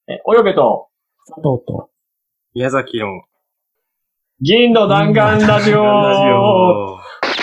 およべと、 佐藤と、 宮崎の銀の弾丸ラジオ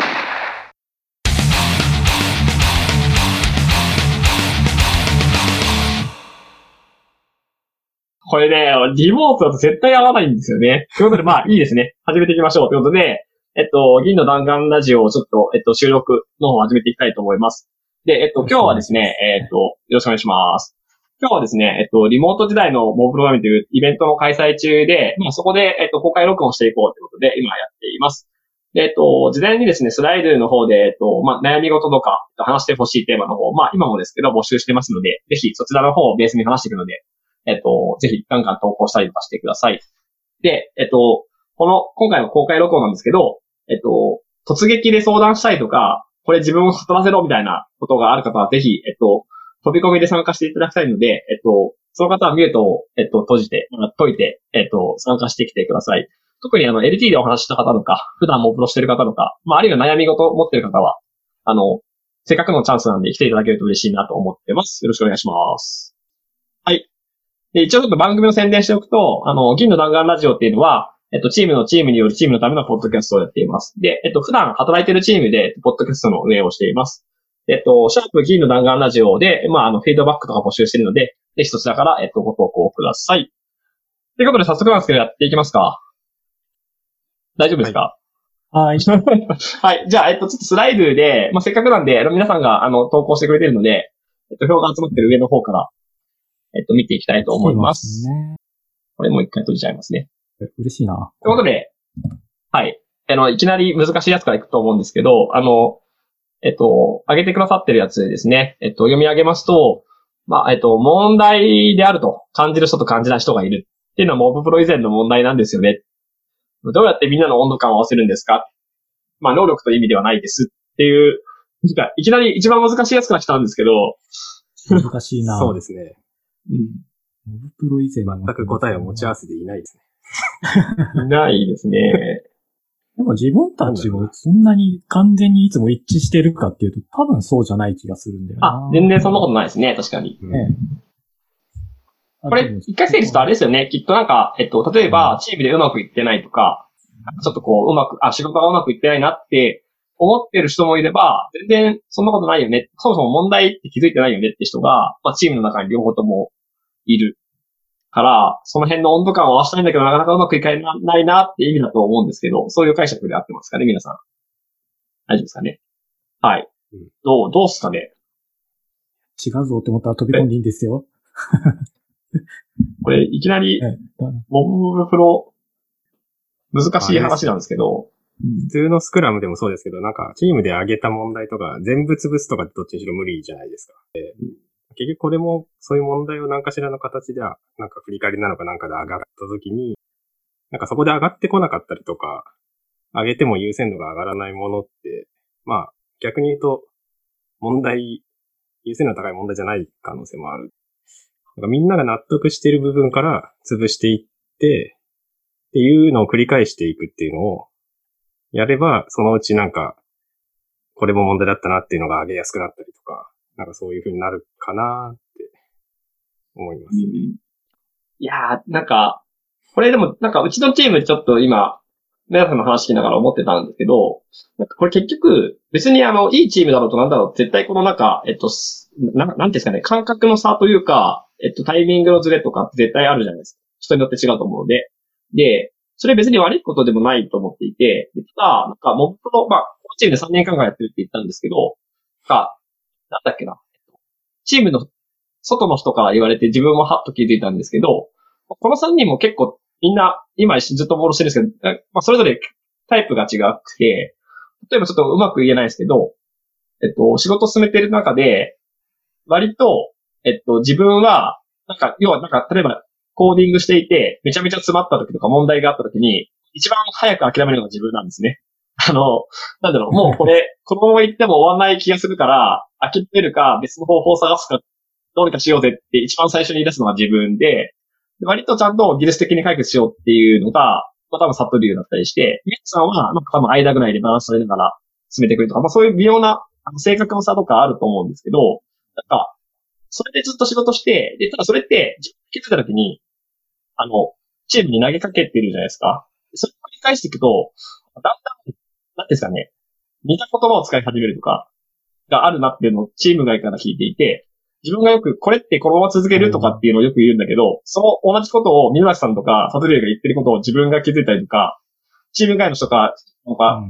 これね、リモートだと絶対合わないんですよね。ということで、まあいいですね。始めていきましょう。ということで、銀の弾丸ラジオをちょっと、収録の方を始めていきたいと思います。で、今日はですね、よろしくお願いします。今日はですね、リモート時代のモブプログラミングというイベントの開催中で、まあそこで、公開録音していこうということで、今やっています。で、事前にですね、スライドの方で、まあ悩み事とか、話してほしいテーマの方、まあ今もですけど募集してますので、ぜひそちらの方をベースに話していくので、ぜひガンガン投稿したりとかしてください。で、今回の公開録音なんですけど、突撃で相談したいとか、これ自分を悟らせろみたいなことがある方はぜひ、飛び込みで参加していただきたいので、その方はミュートを、解いて、参加してきてください。特にLT でお話した方とか、普段もプロしてる方とか、まあ、あるいは悩み事を持ってる方は、せっかくのチャンスなんで来ていただけると嬉しいなと思ってます。よろしくお願いします。はい。で、一応ちょっと番組の宣伝しておくと、銀の弾丸ラジオっていうのは、チームによるチームのためのポッドキャストをやっています。で、普段働いているチームで、ポッドキャストの運営をしています。シャープ銀の弾丸ラジオで、まあ、フィードバックとか募集しているので、ぜひそちらから、ご投稿ください。ということで、早速なんですけど、やっていきますか。大丈夫ですか？ はい。 はい。じゃあ、ちょっとスライドで、まあ、せっかくなんで、皆さんが、投稿してくれているので、票が集まっている上の方から、見ていきたいと思います。これもう一回閉じちゃいますね。 嬉しいな。 ということで、はい。いきなり難しいやつからいくと思うんですけど、上げてくださってるやつですね。読み上げますと、まあ、問題であると感じる人と感じない人がいるっていうのはモブプロ以前の問題なんですよね。どうやってみんなの温度感を合わせるんですか？まあ、能力という意味ではないですっていう、いきなり一番難しいやつから来たんですけど。 難しいな。 そうですね。 うん。 モブプロ以前全く答えを持ち合わせていないですね。 いないですね。 でも自分たちもそんなに完全にいつも一致してるかっていうと多分そうじゃない気がするんだよな。 全然そんなことないですね、確かに。これ、一回整理するとあれですよね。きっとなんか、例えば、チームでうまくいってないとか、ちょっとこう、仕事がうまくいってないなって思ってる人もいれば、全然そんなことないよね。そもそも問題って気づいてないよねって人が、まあ、チームの中に両方ともいるから、その辺の温度感を合わせたいんだけど、なかなかうまくいかないなって意味だと思うんですけど、そういう解釈で合ってますかね、皆さん。大丈夫ですかね。はい。どうすかね。 違うぞって思ったら飛び込んでいいんですよ。 これ、いきなり、モブプロ、難しい話なんですけど。 普通のスクラムでもそうですけど、なんか、チームで上げた問題とか、全部潰すとかどっちにしろ無理じゃないですか。結局これも、そういう問題を何かしらの形では、なんか振り返りなのかなんかで上がった時に、なんかそこで上がってこなかったりとか、上げても優先度が上がらないものって、まあ、逆に言うと、優先度の高い問題じゃない可能性もある。なんかみんなが納得している部分から潰していって、っていうのを繰り返していくっていうのをやれば、そのうちなんか、これも問題だったなっていうのが上げやすくなったりとか、なんかそういう風になるかなって思います。 いやー、なんか、これでも、なんかうちのチームちょっと今、皆さんの話聞きながら思ってたんですけど、なんかこれ結局、別にいいチームだろうとなんだろう、絶対このなんか、なんていうんですかね、感覚の差というか、タイミングのズレとか絶対あるじゃないですか。人によって違うと思うので。で、それ別に悪いことでもないと思っていて、ただ、なんかモブプロ、まあ、このチームで3年間やってるって言ったんですけど、なんだっけな。チームの外の人から言われて自分もハッと気づいたんですけど、この3人も結構みんな、今ずっとボールしてるんですけど、まあ、それぞれタイプが違くて、例えばちょっとうまく言えないですけど、仕事進めてる中で、割と、自分は、なんか、要はなんか、例えば、コーディングしていて、めちゃめちゃ詰まった時とか問題があった時に、一番早く諦めるのが自分なんですね。なんだろう、もうこのまま行っても終わんない気がするから、諦めるか、別の方法を探すか、どうにかしようぜって一番最初に言い出すのが自分で、割とちゃんと技術的に解決しようっていうのが、まあ多分サトリューだったりして、皆さんは、なんか多分間ぐらいでバランス取りながら進めてくるとか、まあそういう微妙な性格の差とかあると思うんですけど、なんか、 それでずっと仕事して、で、ただそれって、気づいた時に、チームに投げかけてるじゃないですか。それを繰り返していくと、だんだん、なんですかね、似た言葉を使い始めるとか、があるなっていうのをチーム外から聞いていて、自分がよくこれってこのまま続けるとかっていうのをよく言うんだけど、その同じことを水橋さんとかサトリエが言ってることを自分が気づいたりとか、チーム外の人か、なんか、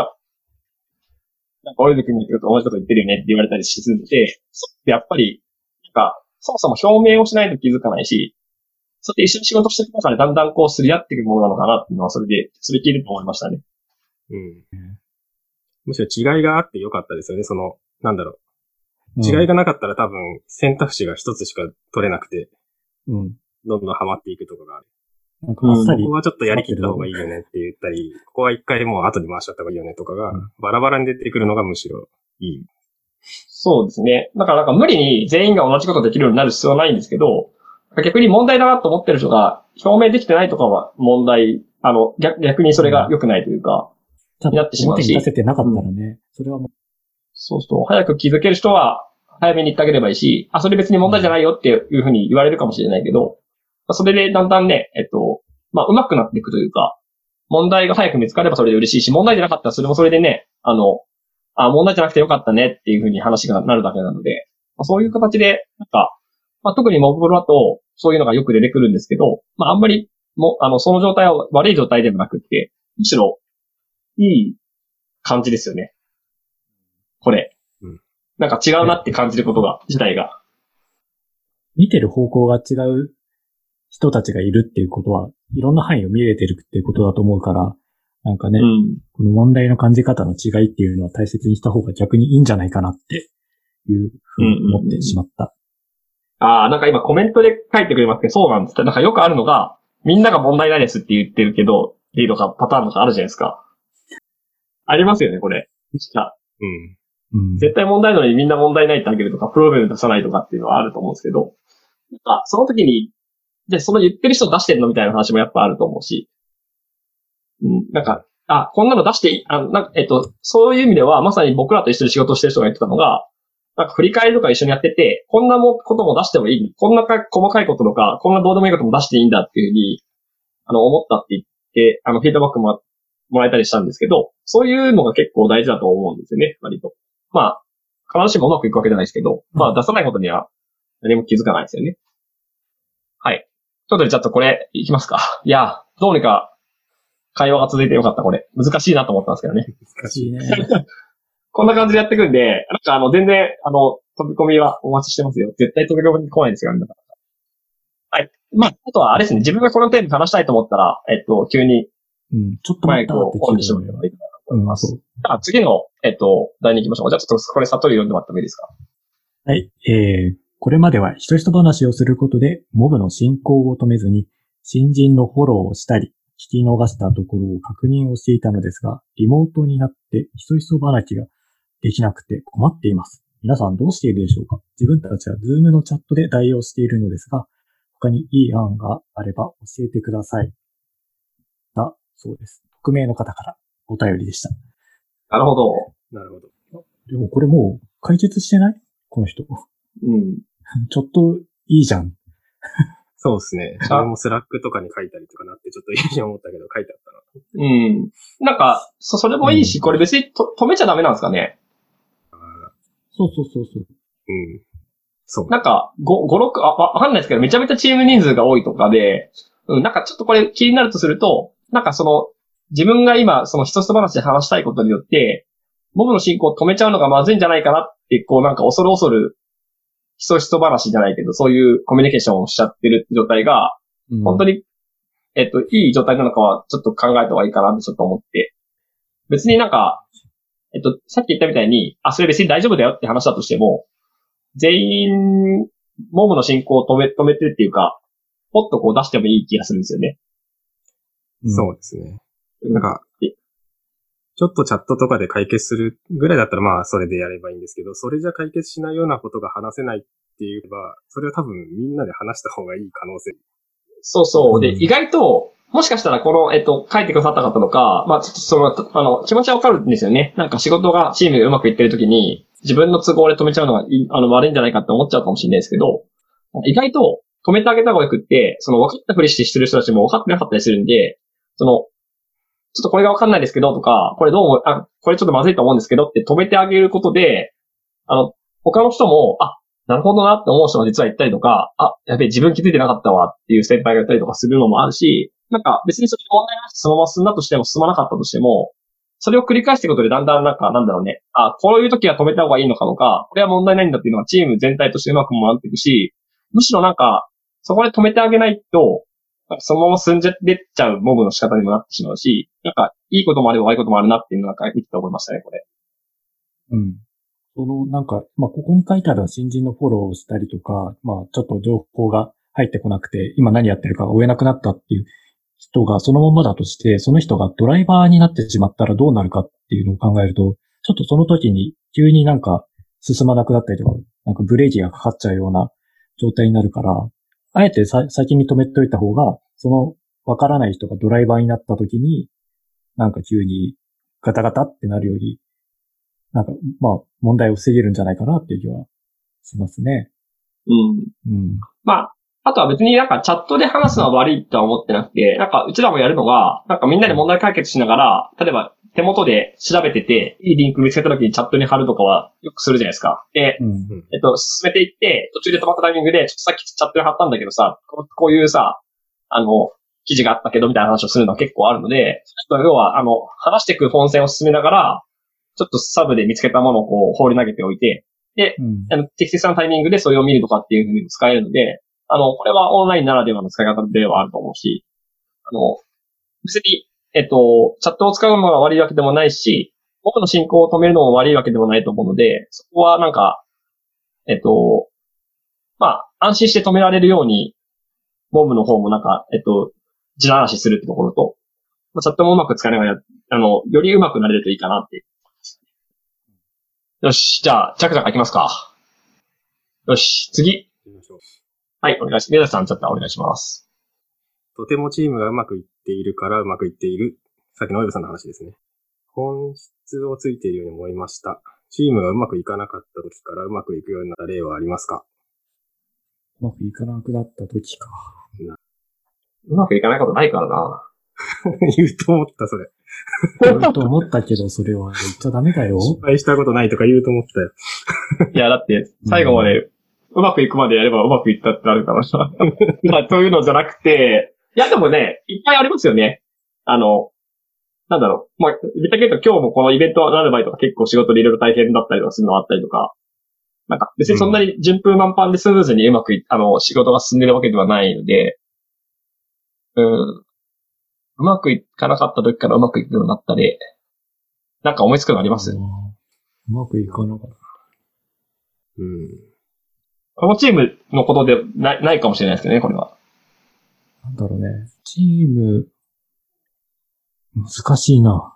なんか、オイル君に言ってると同じこと言ってるよねって言われたりするので、そうってやっぱり、なんか、そもそも表明をしないと気づかないし、そうやって一緒に仕事していく中でだんだんこうすり合っていくものなのかなっていうのはそれ聞いると思いましたね。 うん。むしろ違いがあってよかったですよね。なんだろう。違いがなかったら多分選択肢が一つしか取れなくて、どんどんハマっていくとかがある。 なんかあっさり。 ここはちょっとやりきった方がいいよねって言ったり、ここは一回もう後に回しちゃった方がいいよねとかが、バラバラに出てくるのがむしろいい。 そうですね。だからなんか無理に全員が同じことできるようになる必要はないんですけど、逆に問題だなと思ってる人が表明できてないとかは問題、逆にそれが良くないというか、になってしまうし。 表に出せてなかったらね、それはもう。 そうそう。早く気づける人は早めに言ってあげればいいし、それ別に問題じゃないよっていうふうに言われるかもしれないけど、それでだんだんね、上手くなっていくというか、問題が早く見つかればそれで嬉しいし、問題じゃなかったらそれもそれでね、問題じゃなくてよかったねっていうふうに話がなるだけなので、そういう形で、なんか、特にモブプロだと、そういうのがよく出てくるんですけど、あんまり、その状態は悪い状態でもなくって、むしろ、いい感じですよね。これ。なんか違うなって感じることが、自体が。 見てる方向が違う人たちがいるっていうことは、いろんな範囲を見れてるっていうことだと思うから、なんかね、この問題の感じ方の違いっていうのは大切にした方が逆にいいんじゃないかなっていうふうに思ってしまった。 なんか今コメントで書いてくれますけど、そうなんです。なんかよくあるのが、みんなが問題ないですって言ってるけど、っていうのがパターンとかあるじゃないですか。ありますよね、これ。絶対問題なのにみんな問題ないってあげるとか、プログラム出さないとかっていうのはあると思うんですけど、なんかその時に、じゃあその言ってる人出してるのみたいな話もやっぱあると思うし、なんか、こんなの出していい、そういう意味ではまさに僕らと一緒に仕事してる人が言ってたのが、なんか振り返りとか一緒にやってて、こんなことも出してもいい。こんな細かいこととか、こんなどうでもいいことも出していいんだっていうふうに、思ったって言って、フィードバックもらえたりしたんですけど、そういうのが結構大事だと思うんですよね、割と。必ずしもうまくいくわけじゃないですけど、出さないことには何も気づかないですよね。はい。ということで、ちょっとこれ、いきますか。いや、どうにか会話が続いてよかった、これ。難しいなと思ったんですけどね。 難しいね。 こんな感じでやっていくんで、なんか全然、飛び込みはお待ちしてますよ。絶対飛び込みに来ないんですよ、はい。あとはあれですね、自分がこのテーマ話したいと思ったら、急に、 ちょっとマイクをオンにしてもらえばいいかなと思います。次の、題に行きましょう。じゃあちょっとこれ、悟り読んでもらってもいいですか？ はい。これまでは人話をすることで、モブの進行を止めずに、新人のフォローをしたり、聞き逃したところを確認をしていたのですが、リモートになってひそ話ができなくて困っています。皆さんどうしているでしょうか？自分たちは Zoom のチャットで代用しているのですが、他にいい案があれば教えてください。そうです。匿名の方からお便りでした。 なるほど。 なるほど。 でもこれもう解決してない？この人。ちょっといいじゃん。 そうですね。それもスラックとかに書いたりとかなってちょっといいに思ったけど書いてあったな。なんか、それもいいし、これ別に止めちゃダメなんですかね。 そう。 そう。 なんか、5、6、わかんないですけど、めちゃめちゃチーム人数が多いとかで、なんかちょっとこれ気になるとすると、なんか自分が今、一つ話で話したいことによって、モブの進行を止めちゃうのがまずいんじゃないかなって、なんか恐る、ひそ話じゃないけど、そういうコミュニケーションをしちゃってる状態が、本当に、いい状態なのかはちょっと考えた方がいいかなってちょっと思って。別になんか、さっき言ったみたいに、それ別に大丈夫だよって話だとしても、全員、モブの進行を止めてっていうか、ポッと出してもいい気がするんですよね。 そうですね。なんか、ちょっとチャットとかで解決するぐらいだったらそれでやればいいんですけど、それじゃ解決しないようなことが話せないって言えば、それは多分みんなで話した方がいい可能性。 そう。で、意外と、もしかしたらこの、書いてくださった方とか、ちょっと気持ちはわかるんですよね。なんか仕事がチームでうまくいってるときに、 自分の都合で止めちゃうのが悪いんじゃないかって思っちゃうかもしれないですけど、意外と止めてあげた方がよくって、その分かったふりしてる人たちも分かってなかったりするんで、ちょっとこれが分かんないですけどとか、これどうも、これちょっとまずいと思うんですけどって止めてあげることで、他の人も、なるほどなって思う人が実は言ったりとか、やべえ、自分気づいてなかったわっていう先輩が言ったりとかするのもあるし、なんか別にそれ問題なくてそのまま進んだとしても進まなかったとしても、それを繰り返していくことでだんだんなんだろうね。こういう時は止めた方がいいのかとか、これは問題ないんだっていうのがチーム全体としてうまくもなっていくし、むしろなんか、そこで止めてあげないと、そのまま進んでっちゃうモブの仕方にもなってしまうし、なんか、いいこともあれば悪いこともあるなっていうのをなんか見てて思いましたね、これ。 うん。なんか、ここに書いてある新人のフォローをしたりとか、ちょっと情報が入ってこなくて、今何やってるか追えなくなったっていう人がそのままだとして、その人がドライバーになってしまったらどうなるかっていうのを考えると、ちょっとその時に急になんか進まなくなったりとか、なんかブレーキがかかっちゃうような状態になるから、あえて先に止めておいた方が、そのわからない人がドライバーになった時に、なんか急にガタガタってなるより、なんか、問題を防げるんじゃないかなっていう気はしますね。 うん。あとは別になんかチャットで話すのは悪いとは思ってなくて、なんかうちらもやるのが、なんかみんなで問題解決しながら、例えば手元で調べてて、いいリンク見つけた時にチャットに貼るとかはよくするじゃないですか。で、進めていって、途中で止まったタイミングで、ちょっとさっきチャットに貼ったんだけどさ、こういうさ、記事があったけどみたいな話をするのは結構あるので、要は、話していく本線を進めながら、ちょっとサブで見つけたものをこう放り投げておいて、で、適切なタイミングでそれを見るとかっていう風にも使えるので、これはオンラインならではの使い方ではあると思うし、別に、チャットを使うのが悪いわけでもないし、僕の進行を止めるのも悪いわけでもないと思うので、そこはなんか、安心して止められるように、モブの方もなんか、地ならしするってところと、チャットもうまく使いながら、よりうまくなれるといいかなって。よし、じゃあ、ジャクジャクいきますか。よし、次。はい、お願いします。宮崎さん、ちょっとお願いします。 とてもチームがうまくいっているからうまくいっている。さっきのおよさんの話ですね。本質をついているように思いました。チームがうまくいかなかった時からうまくいくようになった例はありますか？ うまくいかなくなった時か。 うまくいかないことないからな。 言うと思った、それ。 言うと思ったけど、それは言っちゃダメだよ。 失敗したことないとか言うと思ったよ。 いや、だって、最後まで、うまくいくまでやればうまくいったってなるからさ。そういうのじゃなくて、いや、でもね、いっぱいありますよね。なんだろう。ぶっちゃけ言うと今日もこのイベントになる前とか結構仕事でいろいろ大変だったりとかするのあったりとか、なんか別にそんなに順風満帆でスムーズにうまく仕事が進んでるわけではないので、うまくいかなかった時からうまくいくようになったり、なんか思いつくのあります？ うまくいかなかった。 このチームのことでないかもしれないですけどね、これは。 なんだろうね。チーム、難しいな。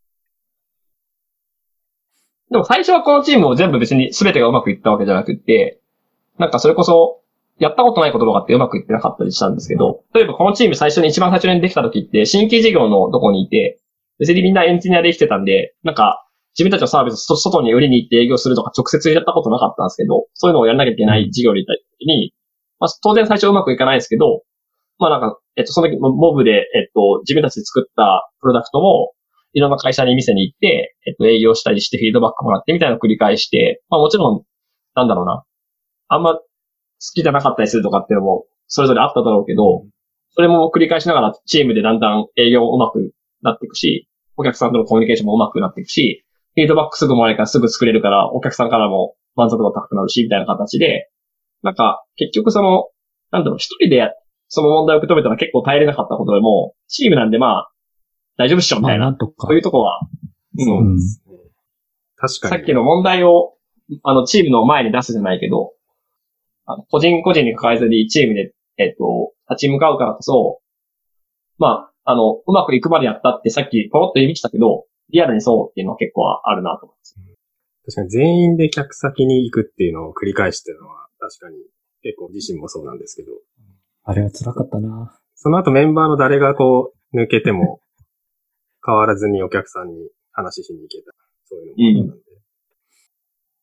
でも最初はこのチームを全部別に全てがうまくいったわけじゃなくって、なんかそれこそ、やったことないこととかってうまくいってなかったりしたんですけど、例えばこのチーム一番最初にできた時って新規事業のとこにいて、別にみんなエンジニアで生きてたんで、なんか自分たちのサービスを外に売りに行って営業するとか直接やったことなかったんですけど、そういうのをやらなきゃいけない事業にいた時に、当然最初うまくいかないですけど、なんか、その時モブで、自分たちで作ったプロダクトをいろんな会社に店に行って、営業したりしてフィードバックもらってみたいなのを繰り返して、もちろん、なんだろうな。あんま好きじゃなかったりするとかっていうのも、それぞれあっただろうけど、それも繰り返しながらチームでだんだん営業もうまくなっていくし、お客さんとのコミュニケーションもうまくなっていくし、フィードバックすぐもらえるからすぐ作れるから、お客さんからも満足度高くなるし、みたいな形で、なんか、結局一人でその問題を受け止めたら結構耐えれなかったことでも、チームなんで大丈夫っしょ、みたいな。そういうとこは、 そうですね。確かに。 さっきの問題を、チームの前に出すじゃないけど、個人個人に抱えずにチームで、立ち向かうからこそ、うまくいくまでやったってさっきポロッと言いましたけど、リアルにそうっていうのは結構あるなと思います。 確かに全員で客先に行くっていうのを繰り返してるのは確かに結構自身もそうなんですけど。 あれは辛かったな。 その後メンバーの誰がこう抜けても変わらずにお客さんに話しに行けた。そういうのもあったんで。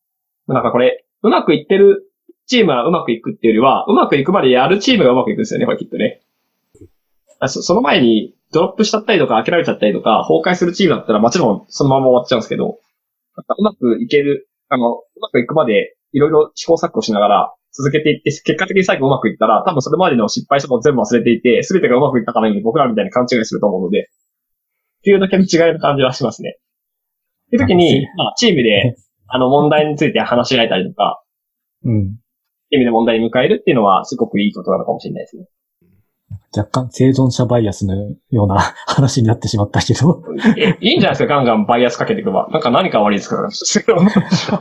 なんかこれ、うまくいってるチームはうまくいくっていうよりは、うまくいくまでやるチームがうまくいくんですよね、これきっとね。その前にドロップしちゃったりとか、諦めちゃったりとか、崩壊するチームだったらもちろんそのまま終わっちゃうんですけど、なんかうまくいける、うまくいくまでいろいろ試行錯誤しながら続けていって、結果的に最後うまくいったら、多分それまでの失敗したこと全部忘れていて、全てがうまくいったかのように僕らみたいに勘違いすると思うので、っていうだけの違いの感じはしますね。っていう時に、まあ、チームで、問題について話し合えたりとか、 うん。 チームで問題に迎えるっていうのはすごくいいことなのかもしれないですね。 若干生存者バイアスのような話になってしまったけど。 いいんじゃないですか、ガンガンバイアスかけていけば。なんか何か悪いですから。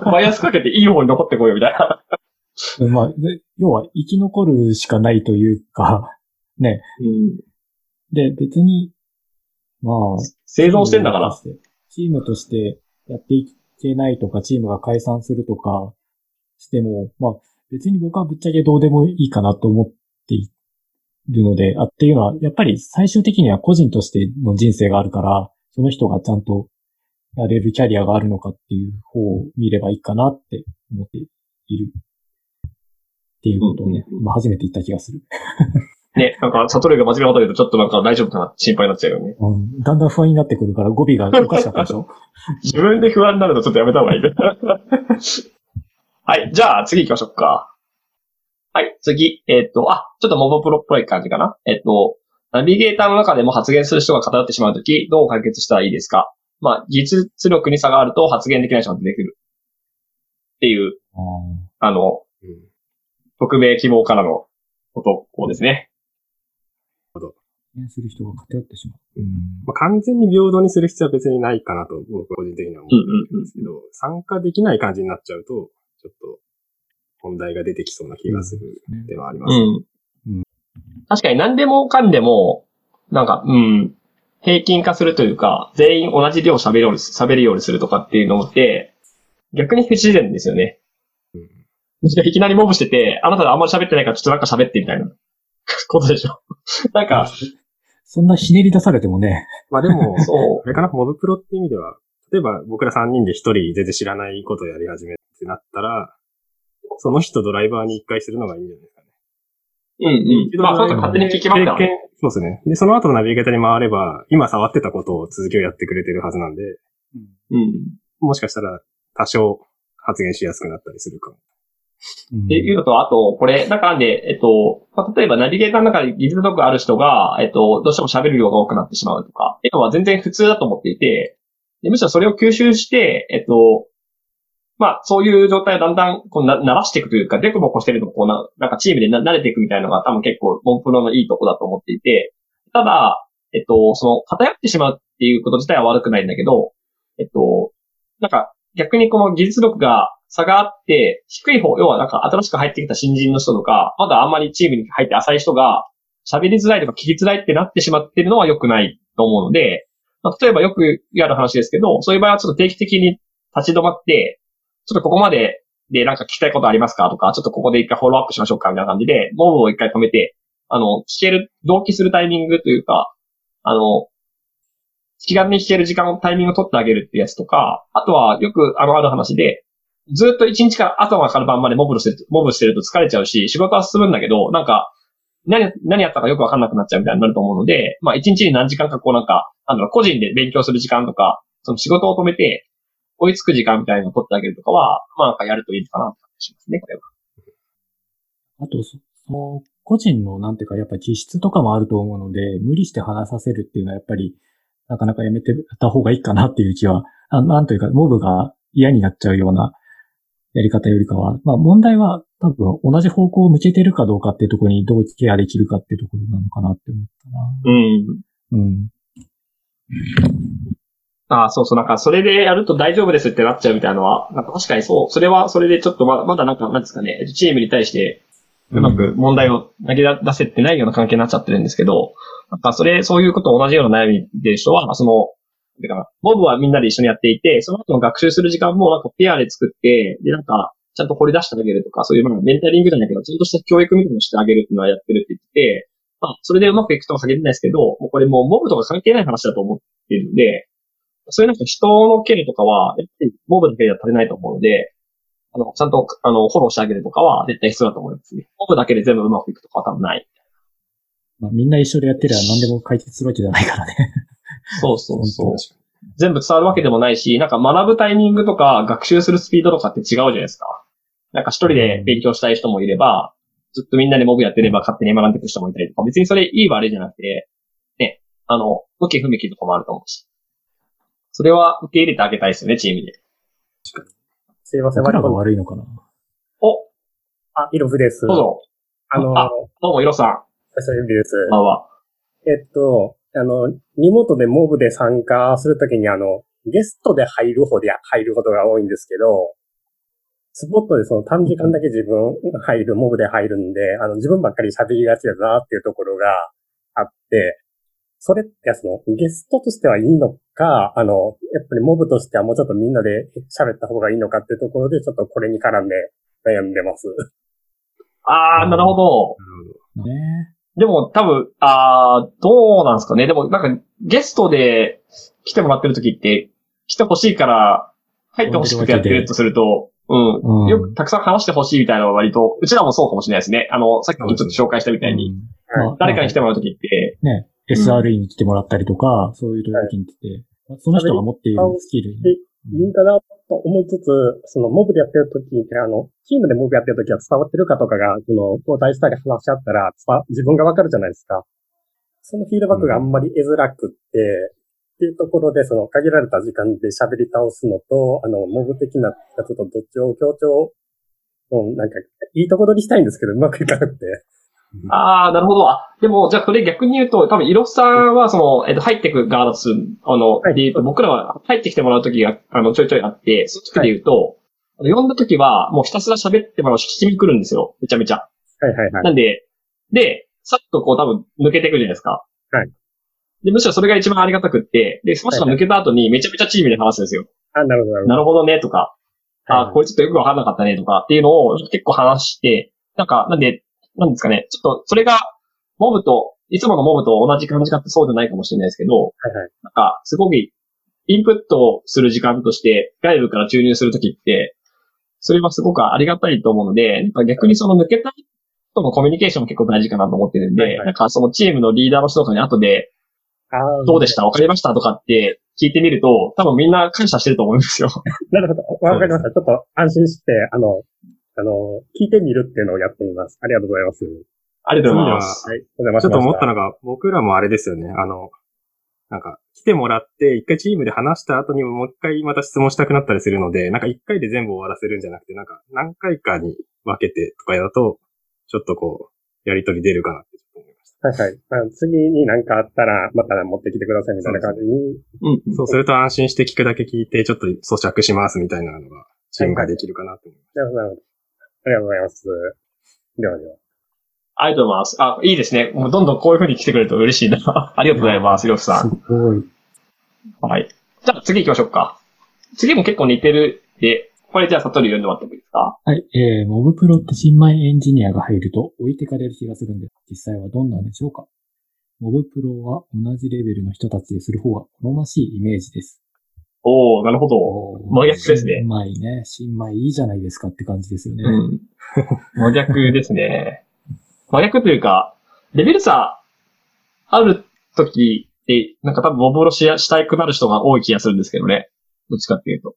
バイアスかけていい方に残ってこいよみたいな。 まあ、要は生き残るしかないというか、ね。 うん、 で、別に、まあ、 生存してんだから。 チームとしてやっていけないとか、チームが解散するとかしても、まあ、別に僕はぶっちゃけどうでもいいかなと思っているので、っていうのは、やっぱり最終的には個人としての人生があるから、その人がちゃんとやれるキャリアがあるのかっていう方を見ればいいかなって思っている。っていうことをね、今初めて言った気がする。 ね、なんか、サトルが真面目なこと言うとちょっとなんか大丈夫かな心配になっちゃうよね。 うん。だんだん不安になってくるから語尾がおかしかったでしょ自分で不安になるとちょっとやめた方がいい。はい、じゃあ次行きましょうか。はい、次。ちょっとモブプロっぽい感じかな。ナビゲーターの中でも発言する人が偏ってしまうとき、どう解決したらいいですか？まあ、技術力に差があると発言できない人が出てくる。っていう、匿名希望からのことですね。 発言する人が偏ってしまう。 まあ、完全に平等にする必要は別にないかなと僕は個人的には思ってるんですけど、参加できない感じになっちゃうと、ちょっと問題が出てきそうな気がするではあります。 確かに何でもかんでも、なんか、平均化するというか、全員同じ量喋るようにするとかっていうのって、逆に不自然ですよね。いきなりモブしてて、あなたがあんまり喋ってないからちょっとなんか喋ってみたいなことでしょ。なんか、 そんなひねり出されてもね。 まあでも、そう。あれかな、モブプロって意味では、例えば僕ら3人で1人全然知らないことをやり始めってなったら、その人ドライバーに1回するのがいいんじゃないですかね。 まあ、そう勝手に聞きますからね。 そうですね。で、その後のナビゲーターに回れば、今触ってたことを続きをやってくれてるはずなんで、もしかしたら多少発言しやすくなったりするかも。 っていうのと、あと、これ、中で、例えばナビゲーターの中で技術力ある人が、どうしても喋る量が多くなってしまうとか、っていうのは全然普通だと思っていて、むしろそれを吸収して、まあ、そういう状態をだんだん、こう慣らしていくというか、デコボコしてるのこうなんかチームで慣れていくみたいなのが多分結構、モンプロのいいとこだと思っていて、ただ、その、偏ってしまうっていうこと自体は悪くないんだけど、なんか、逆にこの技術力が差があって、低い方、要はなんか新しく入ってきた新人の人とか、まだあんまりチームに入って浅い人が喋りづらいとか聞きづらいってなってしまってるのは良くないと思うので、まあ、例えばよくやる話ですけど、そういう場合はちょっと定期的に立ち止まって、ちょっとここまででなんか聞きたいことありますかとか、ちょっとここで一回フォローアップしましょうかみたいな感じで、モブを一回止めて、同期するタイミングというか、気軽に聞けるタイミングを取ってあげるっていうやつとか、あとはよくある話で、ずっと一日から朝から晩までモブしてると疲れちゃうし、仕事は進むんだけど、なんか、何やったかよくわかんなくなっちゃうみたいになると思うので、まあ一日に何時間かこうなんか、個人で勉強する時間とか、その仕事を止めて、追いつく時間みたいなのを取ってあげるとかは、まあなんかやるといいのかなって感じしますね、これは。 あと、その、個人のなんていうか、やっぱり気質とかもあると思うので、無理して話させるっていうのはやっぱり、なかなかやめてた方がいいかなっていう気は、なんというか、モブが嫌になっちゃうようなやり方よりかは、まあ問題は多分同じ方向を向けてるかどうかっていうところにどうケアできるかっていうところなのかなって思ったな。 そうそう、なんかそれでやると大丈夫ですってなっちゃうみたいなのは、なんか確かにそう、それはそれでちょっとまだなんか、なんですかね、チームに対してうまく問題を投げ出せてないような関係になっちゃってるんですけど、なんかそういうことを同じような悩みでる人は、モブはみんなで一緒にやっていて、その後の学習する時間もなんかペアで作って、でなんか、ちゃんと掘り出してあげるとか、そういうメンタリングじゃないけど、ちゃんとした教育みたいなのをしてあげるっていうのはやってるって言ってて、まあ、それでうまくいくとは限らないですけど、もうこれもうモブとか関係ない話だと思っているので、そういうなんか人のケアとかは、やっぱりモブだけでは足りないと思うので、 ちゃんと、フォローしてあげるとかは絶対必要だと思いますね。モブだけで全部うまくいくとかは多分ない。 まあ、みんな一緒でやってれば何でも解決するわけじゃないからね。 そうそうそう。全部伝わるわけでもないし、なんか学ぶタイミングとか学習するスピードとかって違うじゃないですか。なんか一人で勉強したい人もいれば、ずっとみんなでモブやってれば勝手に学んでいく人もいたりとか、別にそれいい悪いじゃなくて、ね、向き不向きとかもあると思うし。それは受け入れてあげたいですよね、チームで。 すいません、 僕らが悪いのかな。 お、 イロフです。 どうぞ。どうも、イロさん。 久しぶりです。 こんばんは。 リモートでモブで参加するときにゲストで入ることが多いんですけど、スポットでその短時間だけ自分モブで入るんで、自分ばっかり喋りがちだなっていうところがあって、それってゲストとしてはいいのか、やっぱりモブとしてはもうちょっとみんなで喋った方がいいのかっていうところで、ちょっとこれに絡んで悩んでます。 なるほど。 ね。 でも多分、どうなんですかね。でもなんかゲストで来てもらってる時って来てほしいから入ってほしくてやってるとすると、よくたくさん話してほしいみたいなのは割と、うちらもそうかもしれないですね。さっきちょっと紹介したみたいに、誰かに来てもらう時って、 ね、SRE に来てもらったりとか、そういう時に来て、その人が持っているスキルに。 いいかなと思いつつ、そのモブでやってる時に、チームでモブやってる時は伝わってるかとかが、交代したり話し合ったら、自分がわかるじゃないですか。そのフィードバックがあんまり得づらくって、っていうところで、その限られた時間で喋り倒すのと、モブ的なやつとどっちを強調、なんか、いいとこ取りしたいんですけど、うまくいかなくて。 なるほど。でも、じゃあ、それ逆に言うと、多分、イロさんは、入ってく側だとする、で言うと、僕らは入ってきてもらうときが、ちょいちょいあって、その時で言うと、呼んだときは、もうひたすら喋ってもらうし、聞きに来るんですよ。めちゃめちゃ。なんで、さっと多分、抜けていくじゃないですか。 はい。 で、むしろそれが一番ありがたくって、で、その人が抜けた後にめちゃめちゃチームで話すんですよ。 なるほど。 なるほどね、とか。これちょっとよくわかんなかったね、とかっていうのを結構話して、なんですかね、ちょっと、それが、いつものモブと同じ感じかってそうじゃないかもしれないですけど、すごくインプットする時間として外部から注入するときって、それはすごくありがたいと思うので、逆にその抜けた人のコミュニケーションも結構大事かなと思ってるんで、そのチームのリーダーの人とかに後で、どうでしたわかりましたとかって聞いてみると、多分みんな感謝してると思うんですよ。 なるほど。わかりました。ちょっと安心して、聞いてみるっていうのをやってみます。ありがとうございます。 ありがとうございます。 はい。お邪魔しました。 ちょっと思ったのが、僕らもあれですよね。なんか、来てもらって、一回チームで話した後にももう一回また質問したくなったりするので、なんか一回で全部終わらせるんじゃなくて、なんか何回かに分けてとかやると、ちょっとやりとり出るかなって思いました。 はい。次に何かあったら、また持ってきてくださいみたいな感じに。 そうすると安心して聞くだけ聞いて、ちょっと咀嚼しますみたいなのが、チームができるかなと思いました。 なるほど。ありがとうございます。では。 ありがとうございます。いいですね。もうどんどんこういう風に来てくれると嬉しいな。ありがとうございます、ひろきさん。 すごい。 はい。じゃあ次行きましょうか。次も結構似てるで、これじゃあサトリ読んでもらってもいいですか？ はい。モブプロって新米エンジニアが入ると置いてかれる気がするんです。実際はどんなんでしょうか？モブプロは同じレベルの人たちでする方が好ましいイメージです。 なるほど。真逆ですね。 新米いいじゃないですかって感じですよね。 真逆ですね。真逆というか、レベル差ある時って、なんか多分モブプロしたくなる人が多い気がするんですけどね。どっちかっていうと。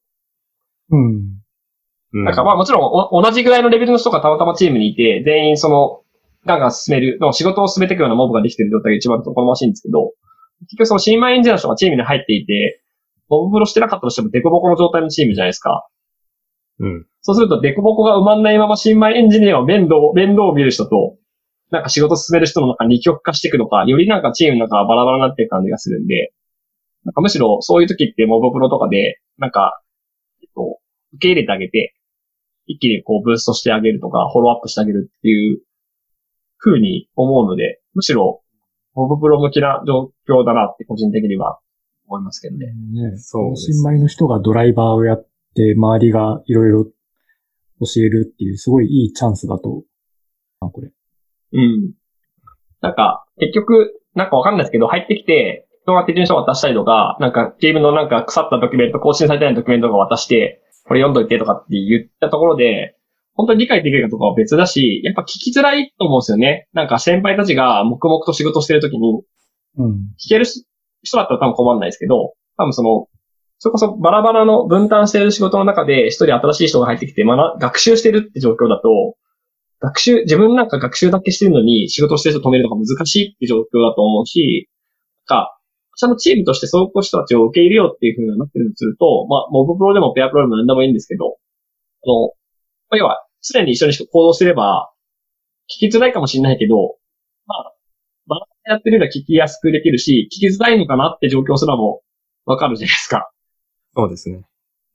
なんかもちろん同じぐらいのレベルの人がたまたまチームにいて、全員ガンガン進める、仕事を進めていくようなモブができてる状態が一番好ましいんですけど、結局新米エンジニアの人がチームに入っていて、モブプロしてなかったとしてもデコボコの状態のチームじゃないですか。そうするとデコボコが埋まんないまま新米エンジニアを面倒を見る人と、なんか仕事進める人の中に二極化していくのか、よりなんかチームの中がバラバラになっていく感じがするんで、なんかむしろそういう時ってモブプロとかで、なんか、受け入れてあげて、一気にブーストしてあげるとか、フォローアップしてあげるっていう風に思うので、むしろ、モブプロ向きな状況だなって個人的には思いますけどね。 そうです。新米の人がドライバーをやって、周りがいろいろ教えるっていう、すごいいいチャンスだと、これ。 なんか、結局、なんかわかんないですけど、入ってきて、人が手順書を渡したりとか、なんかチームのなんか腐ったドキュメント、更新されてないドキュメントが渡して、 これ読んどいてとかって言ったところで、本当に理解できるかとかは別だし、やっぱ聞きづらいと思うんですよね。なんか先輩たちが黙々と仕事してるときに、聞ける人だったら多分困んないですけど、多分それこそバラバラの分担している仕事の中で一人新しい人が入ってきて学習してるって状況だと、自分なんか学習だけしてるのに仕事してる人止めるのが難しいって状況だと思うし、ちゃんとチームとしてそういう人たちを受け入れようっていう風になってるとすると、モブプロでもペアプロでも何でもいいんですけど、要は、常に一緒に行動してれば、聞きづらいかもしれないけど、バラバラやってるよりは聞きやすくできるし、聞きづらいのかなって状況すらもわかるじゃないですか。 そうですね。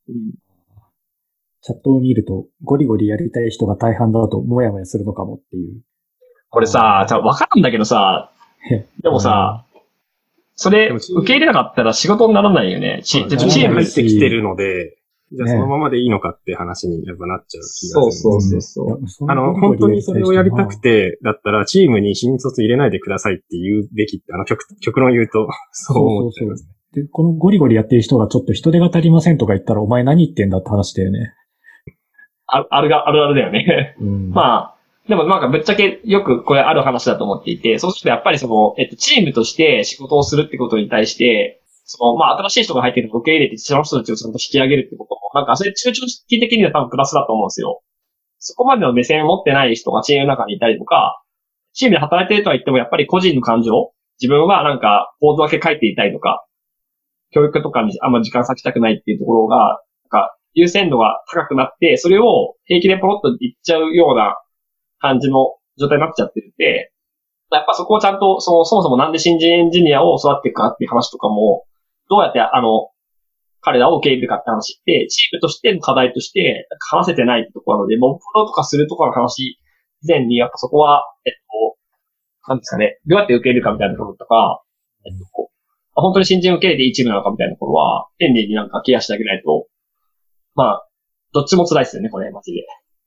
チャットを見ると、ゴリゴリやりたい人が大半だと、もやもやするのかもっていう。 これさ、わかるんだけどさ、でもさ、それ、受け入れなかったら仕事にならないよね。チーム入ってきてるので、じゃあそのままでいいのかって話にやっぱなっちゃう気がする。そう。本当にそれをやりたくて、だったらチームに新卒入れないでくださいって言うべきって、極論言うと、そう思っちゃいますね。 で、このゴリゴリやってる人がちょっと人手が足りませんとか言ったら、お前何言ってんだって話だよね。 あるだよね。でもぶっちゃけよくこれある話だと思っていて、そうするとやっぱりチームとして仕事をするってことに対して、新しい人が入ってるのを受け入れて、その人たちをちゃんと引き上げるってことも、それ中長期的には多分プラスだと思うんですよ。そこまでの目線を持ってない人がチームの中にいたりとか、チームで働いてるとは言ってもやっぱり個人の感情、自分はコードだけ書いていたいとか、教育とかにあんま時間割きたくないっていうところが、優先度が高くなって、それを平気でポロッと言っちゃうような感じの状態になっちゃってるんで、やっぱそこをちゃんと、そもそもなんで新人エンジニアを育っていくかっていう話とかも、どうやって彼らを受け入れるかって話って、チームとしての課題として話せてないってところなので、モブプロとかするところの話以前に、やっぱそこは、なんですかね、どうやって受け入れるかみたいなところとか、本当に新人受け入れていいチームなのかみたいなところは、丁寧にケアしてあげないと、どっちも辛いですよね、これ、マジで。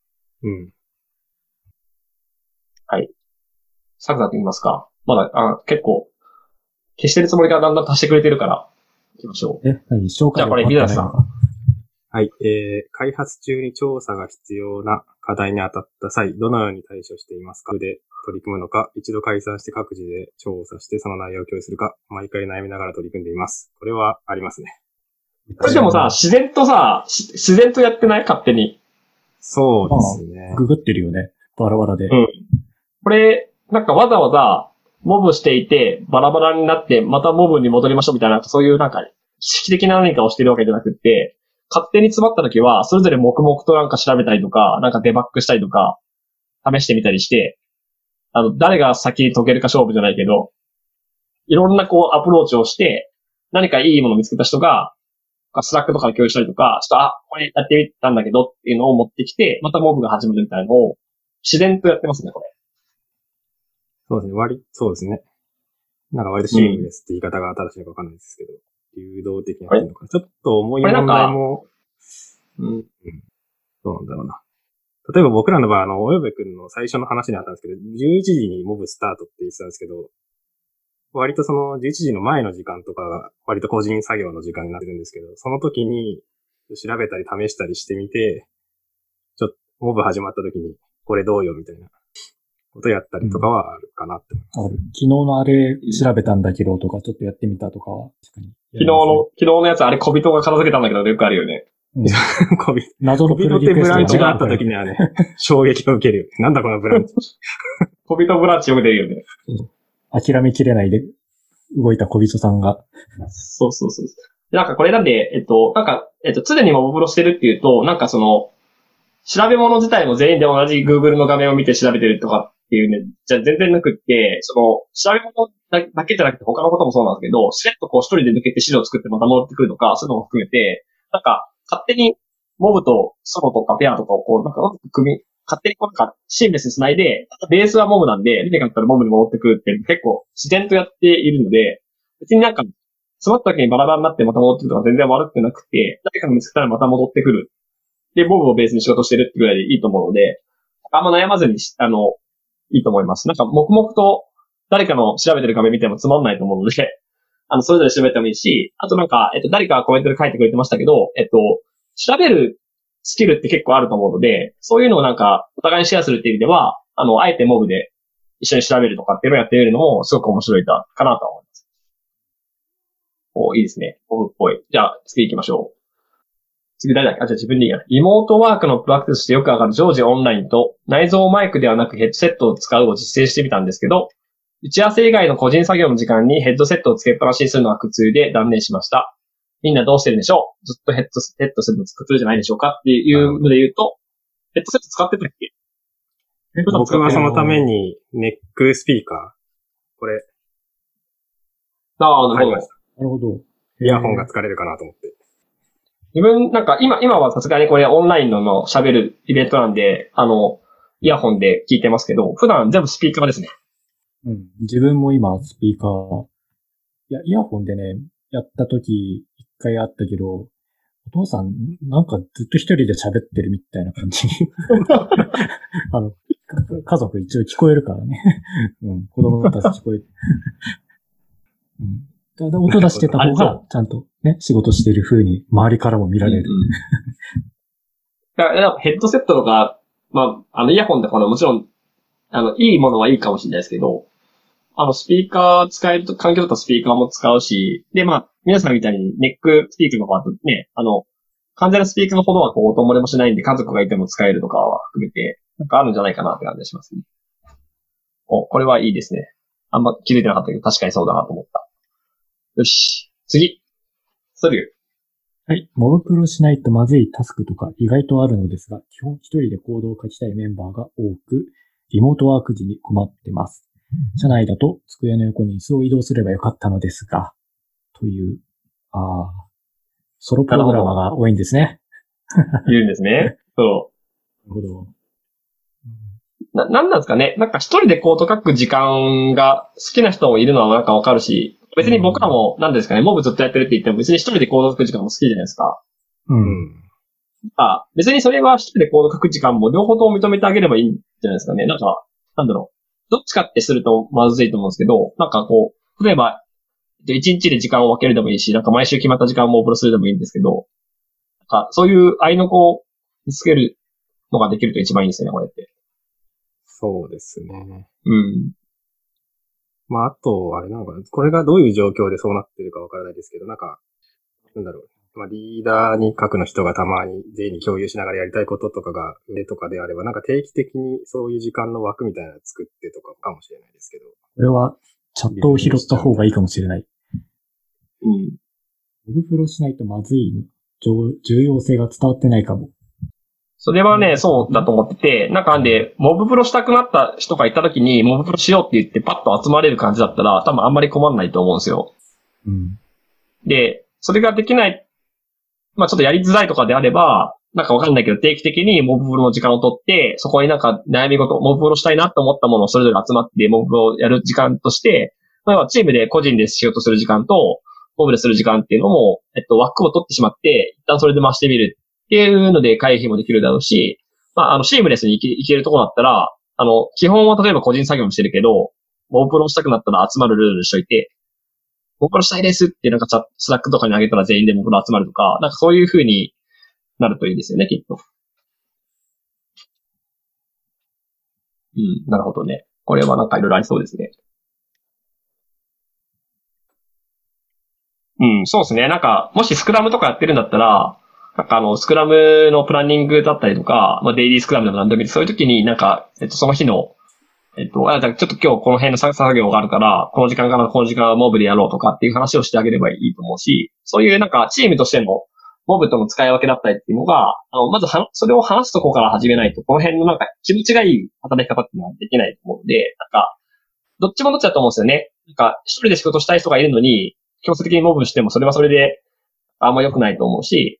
はい。サクサク言いますか。まだ、結構、消してるつもりがだんだん足してくれてるから、行きましょう。 紹介じゃあこれ、ミラさん。 はい。開発中に調査が必要な課題に当たった際、どのように対処していますか？で取り組むのか、一度解散して各自で調査してその内容を共有するか、毎回悩みながら取り組んでいます。これはありますね。 これでもさ、自然とやってない勝手に。 そうですね。 ググってるよね。バラバラで。 これ、わざわざ、モブしていて、バラバラになって、またモブに戻りましょうみたいな、そういう意識的な何かをしてるわけじゃなくって、勝手に詰まった時は、それぞれ黙々と調べたりとか、デバッグしたりとか、試してみたりして、誰が先に解けるか勝負じゃないけど、いろんなアプローチをして、何かいいものを見つけた人が、スラックとかで共有したりとか、これやってみたんだけどっていうのを持ってきて、またモブが始めるみたいなのを、自然とやってますね、これ。 そうですね。割とシームレスって言い方が正しいのかわかんないですけど、流動的にやってるのかな。ちょっと重い問題も、どうなんだろうな。例えば僕らの場合、およべくんの最初の話にあったんですけど、11時にモブスタートって言ってたんですけど、割とその11時の前の時間とかが割と個人作業の時間になってるんですけど、その時に調べたり試したりしてみて、ちょっとモブ始まった時にこれどうよみたいなことやったりとかはあるかなって思います。 昨日のあれ調べたんだけどとか、ちょっとやってみたとかは確かに。 昨日のやつあれ小人が片付けたんだけどよくあるよね。 謎のプロってブランチがあった時にはね、衝撃を受けるよ。なんだこのブランチ。 小人ブランチよく出るよね。 諦めきれないで動いた小人さんが。 そう。これなんで、常にモブプロしてるっていうと、調べ物自体も全員で同じ Google の画面を見て調べてるとかっていうね、じゃ全然なくって、調べ物だけじゃなくて他のこともそうなんですけど、しれっと一人で抜けて資料を作ってまた戻ってくるとか、そういうのも含めて、勝手にモブとソロとかペアとかを勝手にシームレスに繋いで、ベースはモブなんで、出てかったらモブに戻ってくるって結構自然とやっているので、別に詰まった時にバラバラになってまた戻ってくるとか全然悪くなくて、誰かが見つけたらまた戻ってくる。で、モブをベースに仕事してるってぐらいでいいと思うので、あんま悩まずに、いいと思います。黙々と誰かの調べてる画面見てもつまんないと思うので、それぞれ調べてもいいし、あと誰かがコメントで書いてくれてましたけど、調べるスキルって結構あると思うので、そういうのをなんか、お互いにシェアするっていう意味では、あえてモブで一緒に調べるとかっていうのをやってみるのも、すごく面白いかなと思います。いいですね。モブっぽい。じゃあ、次行きましょう。次誰だっけ？じゃあ自分でいいや。リモートワークのプラクティスしてよく上がる常時オンラインと、内蔵マイクではなくヘッドセットを使うを実践してみたんですけど、打ち合わせ以外の個人作業の時間にヘッドセットをつけっぱなしにするのは苦痛で断念しました。みんなどうしてるんでしょう？ずっとヘッドするの苦痛じゃないでしょうかっていうので言うと、ヘッドセット使ってたっけ？ 僕はそのためにネックスピーカー、これ、 なるほど。 なるほど。 イヤホンが疲れるかなと思って。 自分、なんか今はさすがにこれオンラインの喋るイベントなんで、イヤホンで聞いてますけど、普段全部スピーカーですね。 うん。自分も今スピーカー、イヤホンでね、やった時一回あったけど、お父さん、なんかずっと一人で喋ってるみたいな感じ。家族一応聞こえるからね。うん。子供たち聞こえる。うん。ただ音出してた方が、ちゃんとね、仕事してる風に周りからも見られる。 だからヘッドセットとか、イヤホンとかもちろん、いいものはいいかもしれないですけど、スピーカー使えると、環境だとスピーカーも使うし、で、皆さんみたいにネックスピーカーとかだとね、完全なスピーカーのほどは音漏れもしないんで家族がいても使えるとかは含めて、なんかあるんじゃないかなって感じがしますね。これはいいですね。あんま気づいてなかったけど、確かにそうだなと思った。よし。次。ソリュー。 はい。モブプロしないとまずいタスクとか意外とあるのですが、基本一人でコードを書きたいメンバーが多く、リモートワーク時に困ってます。社内だと机の横に椅子を移動すればよかったのですが、という、ソロプログラマーが多いんですね。 いるんですね。そう。 なるほど。 なんですかね。なんか一人でコード書く時間が好きな人もいるのはなんかわかるし、別に僕らも何ですかね、モブずっとやってるって言っても別に一人でコード書く時間も好きじゃないですか。 うん。 別にそれは一人でコード書く時間も両方とも認めてあげればいいんじゃないですかね。なんか、どっちかってするとまずいと思うんですけど、なんか例えば、一日で時間を分けるでもいいし、なんか毎週決まった時間をモブロするでもいいんですけど、なんかそういう合いの子を見つけるのができると一番いいですよね、これって。 そうですね。 うん。 あと、あれなのかな。これがどういう状況でそうなってるかわからないですけど、なんか、リーダーに各の人がたまに全員に共有しながらやりたいこととかが上とかであれば、なんか定期的にそういう時間の枠みたいなのを作ってとかかもしれないですけど。 これはチャットを拾った方がいいかもしれない。 うん。 モブプロしないとまずいの重要性が伝わってないかも。 それはね、そうだと思ってて、なんかモブプロしたくなった人がいた時に、モブプロしようって言ってパッと集まれる感じだったら、多分あんまり困んないと思うんですよ。 うん。 で、それができない、ちょっとやりづらいとかであれば、なんかわかんないけど定期的にモブプロの時間を取って、そこになんか悩み事、モブプロしたいなと思ったものをそれぞれ集まってモブプロをやる時間として、チームで個人で仕事する時間と、モブでする時間っていうのも、枠を取ってしまって、一旦それで回してみるっていうので回避もできるだろうし、シームレスにいけるところだったら、基本は例えば個人作業もしてるけど、モブプロしたくなったら集まるルールにしといて、モブプロしたいですってなんかスラックとかにあげたら全員でモブプロ集まるとか、なんかそういう風になるといいですよね、きっと。うん、なるほどね。これはなんかいろいろありそうですね。うん、そうですね。なんか、もしスクラムとかやってるんだったら、なんかスクラムのプランニングだったりとか、デイリースクラムでも何でもいい。そういう時になんか、その日の、ちょっと今日この辺の作業があるから、この時間からこの時間はモブでやろうとかっていう話をしてあげればいいと思うし、そういうなんかチームとしてのモブとの使い分けだったりっていうのが、まずそれを話すとこから始めないと、この辺のなんか気持ちがいい働き方っていうのはできないと思うので、なんか、どっちもどっちだと思うんですよね。なんか、一人で仕事したい人がいるのに、強制的にモブしてもそれはそれであんま良くないと思うし、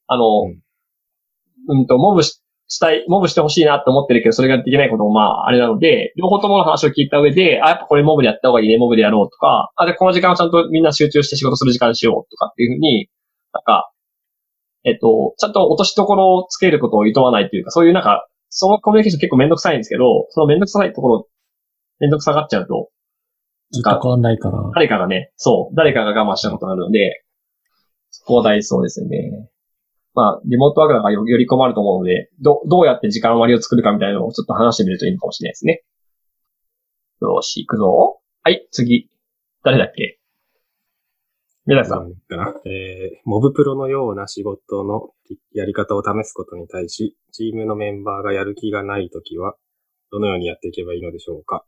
モブしてほしいなって思ってるけど、それができないこともあれなので、両方ともの話を聞いた上で、やっぱこれモブでやった方がいいね、モブでやろうとか、じゃあこの時間をちゃんとみんな集中して仕事する時間にしようとかっていうふうに、なんか、ちゃんと落としどころをつけることを厭わないというか、そういうなんか、そのコミュニケーション結構めんどくさいんですけど、そのめんどくさいところ、めんどくさがっちゃうと、 ずっと変わんないから。 誰かが我慢したことになるので、そこは大事そうですよね。 まあ、リモートワークだからより困ると思うので、どうやって時間割を作るかみたいなのをちょっと話してみるといいのかもしれないですね。よし、行くぞ。はい、次。誰だっけ？宮崎さん。 モブプロのような仕事のやり方を試すことに対し、チームのメンバーがやる気がないときは、どのようにやっていけばいいのでしょうか？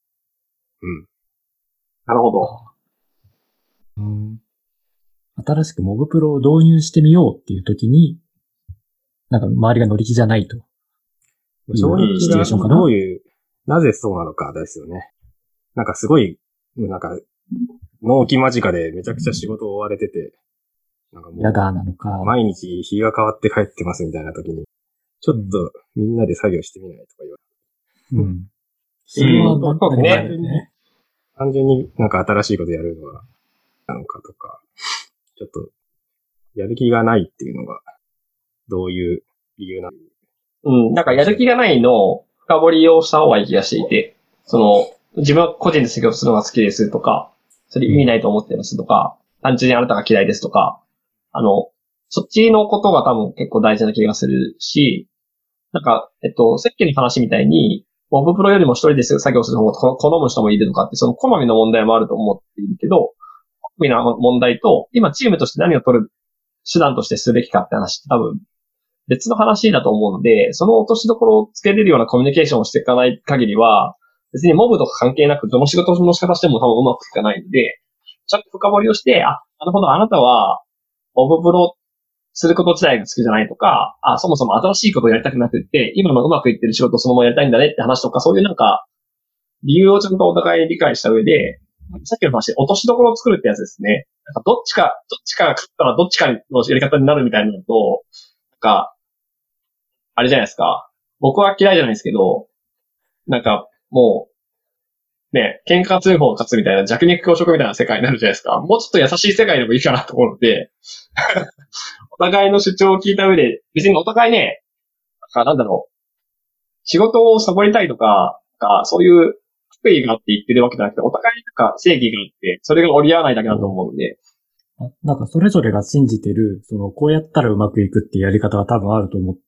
なるほど。 新しくモブプロを導入してみようっていうときに、なんか周りが乗り気じゃないと。 正直シチュエーションかな。 どういう、なぜそうなのかですよね。なんかすごい、なんか、納期間近でめちゃくちゃ仕事を追われてて、なんかもう、 やだなのか。 毎日日が変わって帰ってますみたいな時に、ちょっとみんなで作業してみないとか言われて。 それはなんかね。 単純になんか新しいことやるのは、なのかとか、ちょっと、やる気がないっていうのが、どういう理由なの？ なんかやる気がないのを深掘りをした方がいい気がしていて、自分は個人で仕事するのが好きですとか、それ意味ないと思ってますとか、単純にあなたが嫌いですとか、そっちのことが多分結構大事な気がするし、なんか、さっきの話みたいに、モブプロよりも一人で作業する方が好む人もいるとかって、その好みの問題もあると思っているけど、好みの問題と、今チームとして何を取る手段としてすべきかって話って多分、別の話だと思うので、その落としどころをつけれるようなコミュニケーションをしていかない限りは、別にモブとか関係なく、どの仕事の仕方しても多分うまくいかないので、ちゃんと深掘りをして、なるほど、あなたは、モブプロすること自体が好きじゃないとか、そもそも新しいことをやりたくなくって、今のうまくいってる仕事をそのままやりたいんだねって話とか、そういうなんか、理由をちゃんとお互い理解した上で、さっきの話で落としどころを作るってやつですね。なんかどっちかが勝ったらどっちかのやり方になるみたいなのと、なんか、あれじゃないですか。僕は嫌いじゃないですけど、なんか、もう、ね、喧嘩通報勝つみたいな弱肉強食みたいな世界になるじゃないですか。もうちょっと優しい世界でもいいかなと思うので、お互いの主張を聞いた上で、別にお互いね、なんだろう、仕事をサボりたいとか、そういう悪意があって言ってるわけじゃなくて、お互いなんか正義があって、それが折り合わないだけだと思うので。 なんかそれぞれが信じてる、こうやったらうまくいくっていうやり方が多分あると思って、